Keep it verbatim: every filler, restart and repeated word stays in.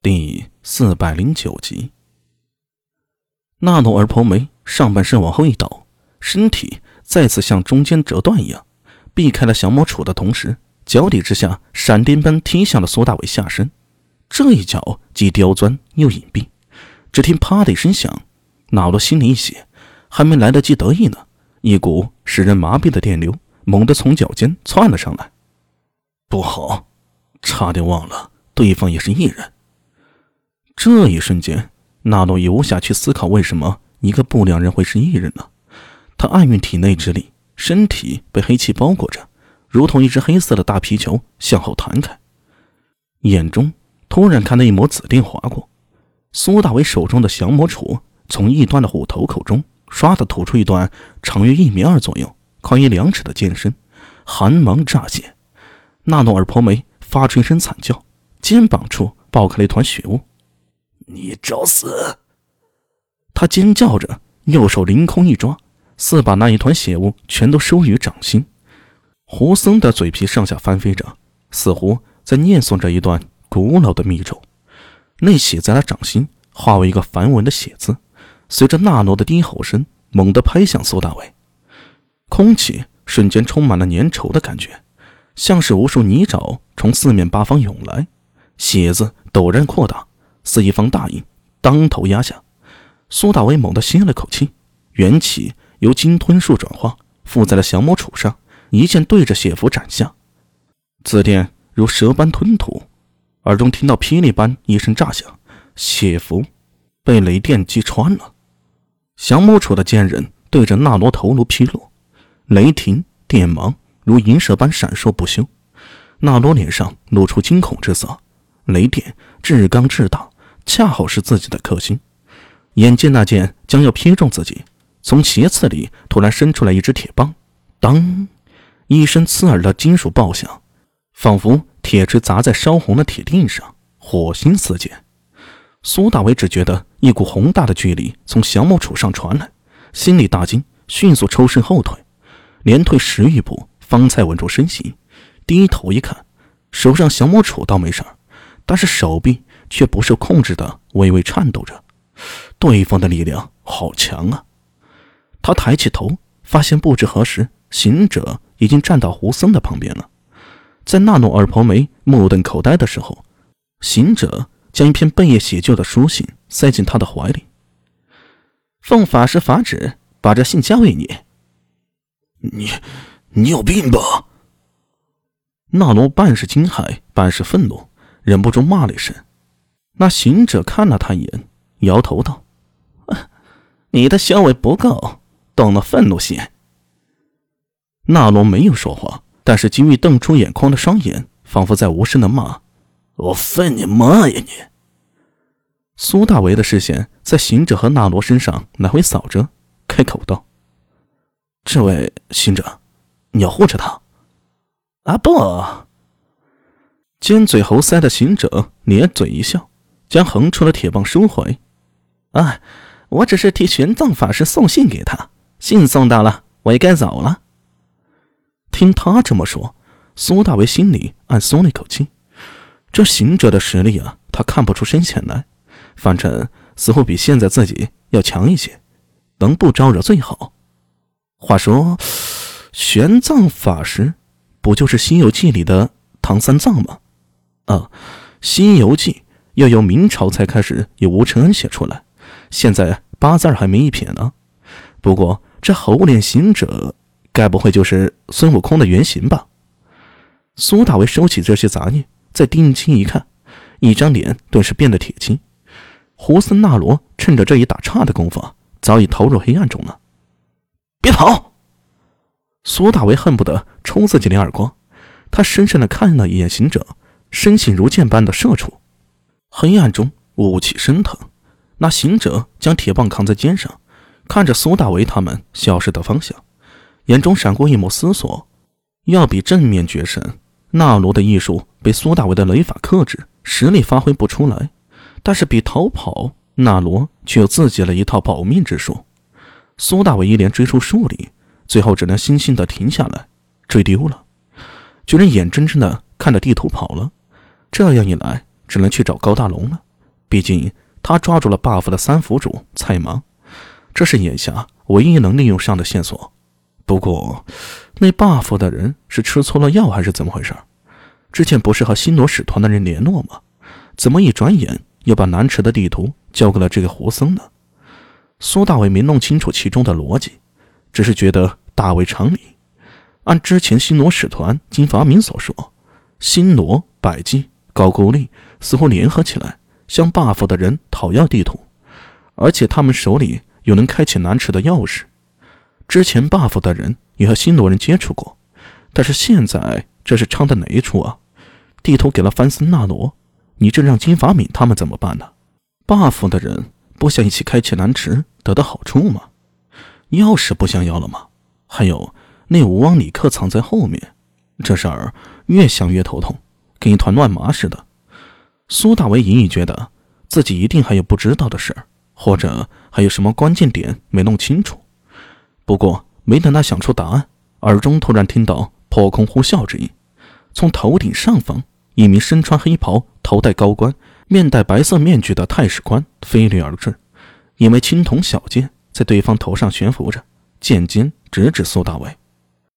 第四百零九集。纳诺尔婆梅上半身往后一倒，身体再次像中间折断一样，避开了降魔杵的同时，脚底之下闪电般踢向了苏大伟下身。这一脚既刁钻又隐蔽，只听啪的一声响，纳罗心里一血，还没来得及得意呢，一股使人麻痹的电流猛地从脚尖窜了上来。不好，差点忘了对方也是异人。这一瞬间，纳诺也无暇去思考为什么一个不良人会是异人呢？他暗运体内之力，身体被黑气包裹着，如同一只黑色的大皮球向后弹开。眼中突然看到一抹紫电划过，苏大伟手中的降魔杵从一端的虎头口中唰地吐出一段长约一米二左右、宽约两尺的剑身，寒芒乍现。纳诺尔婆梅发出一声惨叫，肩膀处爆开了一团血雾。 你找死！ 他尖叫着，右手凌空一抓，似把那一团血雾全都收于掌心。胡僧的嘴皮上下翻飞着，似乎在念诵着一段古老的密咒。那血在他掌心化为一个梵文的血字，随着纳诺的低吼声猛地拍向苏大伟。空气瞬间充满了粘稠的感觉，像是无数泥沼从四面八方涌来，血字陡然扩大，似一方大印当头压下。苏大伟猛地吸了口气，元气由金吞术转化，附在了降魔杵上，一剑对着血符斩下。紫电如蛇般吞吐，耳中听到霹雳般一声炸响，血符被雷电击穿了。降魔杵的剑刃对着纳罗头颅劈落，雷霆电芒如银蛇般闪烁不休。纳罗脸上露出惊恐之色，雷电至刚至大，恰好是自己的克星。眼见那剑将要劈中自己，从斜刺里突然伸出来一只铁棒，当一声刺耳的金属爆响，仿佛铁锤砸在烧红的铁锭上，火星四溅。苏大伟只觉得一股宏大的巨力从降魔杵上传来，心里大惊，迅速抽身后退，连退十余步方才稳住身形。低头一看，手上降魔杵倒没事，但是手臂却不受控制的微微颤抖着。对方的力量好强啊！他抬起头，发现不知何时行者已经站到胡僧的旁边了。在纳诺尔婆梅目瞪口呆的时候，行者将一篇贝叶写就的书信塞进他的怀里。奉法师法旨，把这信交给你。 你你有病吧？ 纳罗半是惊骇，半是愤怒，忍不住骂了一声。那行者看了他一眼，摇头道：你的修为不够，动了愤怒心。纳罗没有说话，但是金玉瞪出眼眶的双眼仿佛在无声的骂： 我愤你妈呀你！ 苏大为的视线在行者和纳罗身上来回扫着，开口道：这位行者，你要护着他？ 啊不！ 尖嘴猴腮的行者咧嘴一笑，将横出的铁棒收回。啊，我只是替玄奘法师送信给他，信送到了，我也该走了。听他这么说，苏大为心里暗松了一口气。这行者的实力啊，他看不出深浅来，反正似乎比现在自己要强一些，能不招惹最好。话说，玄奘法师不就是《西游记》里的唐三藏吗？啊，《西游记》要由明朝才开始由吴承恩写出来，现在八字还没一撇呢。不过这猴脸行者该不会就是孙悟空的原型吧？苏大为收起这些杂念，再定睛一看，一张脸顿时变得铁青。胡僧纳罗趁着这一打岔的功夫，早已逃入黑暗中了。别跑！苏大为恨不得抽自己两耳光。他深深地看了一眼行者，身形如箭般的射出。黑暗中雾气升腾，那行者将铁棒扛在肩上，看着苏大为他们消失的方向，眼中闪过一抹思索。要比正面决胜，纳罗的艺术被苏大为的雷法克制，实力发挥不出来，但是比逃跑，纳罗却有自己的一套保命之术。苏大为一连追出数里，最后只能悻悻地停下来，追丢了，居然眼睁睁地看着地图跑了。这样一来，只能去找高大龙了。 毕竟他抓住了 buff 的三府主蔡芒，这是眼下唯一能利用上的线索。不过那 buff 的人是吃错了药还是怎么回事？之前不是和星罗使团的人联络吗？怎么一转眼又把南池的地图交给了这个胡僧呢？苏大伟没弄清楚其中的逻辑，只是觉得大为常理。按之前星罗使团金发明所说，星罗、百济、高句丽似乎联合起来向 buff 的人讨要地图，而且他们手里有能开启南池的钥匙。之前 buff 的人也和星罗人接触过，但是现在这是唱的哪一出啊？地图给了范森纳罗，你这让金发敏他们怎么办呢？ buff 的人不想一起开启南池得到好处吗？钥匙不想要了吗？还有那吴王李克藏在后面，这事儿越想越头痛，跟一团乱麻似的。苏大为隐隐觉得自己一定还有不知道的事，或者还有什么关键点没弄清楚。不过没等他想出答案，耳中突然听到破空呼啸之音，从头顶上方，一名身穿黑袍、头戴高冠、面戴白色面具的太史官飞掠而至，一枚青铜小剑在对方头上悬浮着，剑尖直指苏大为。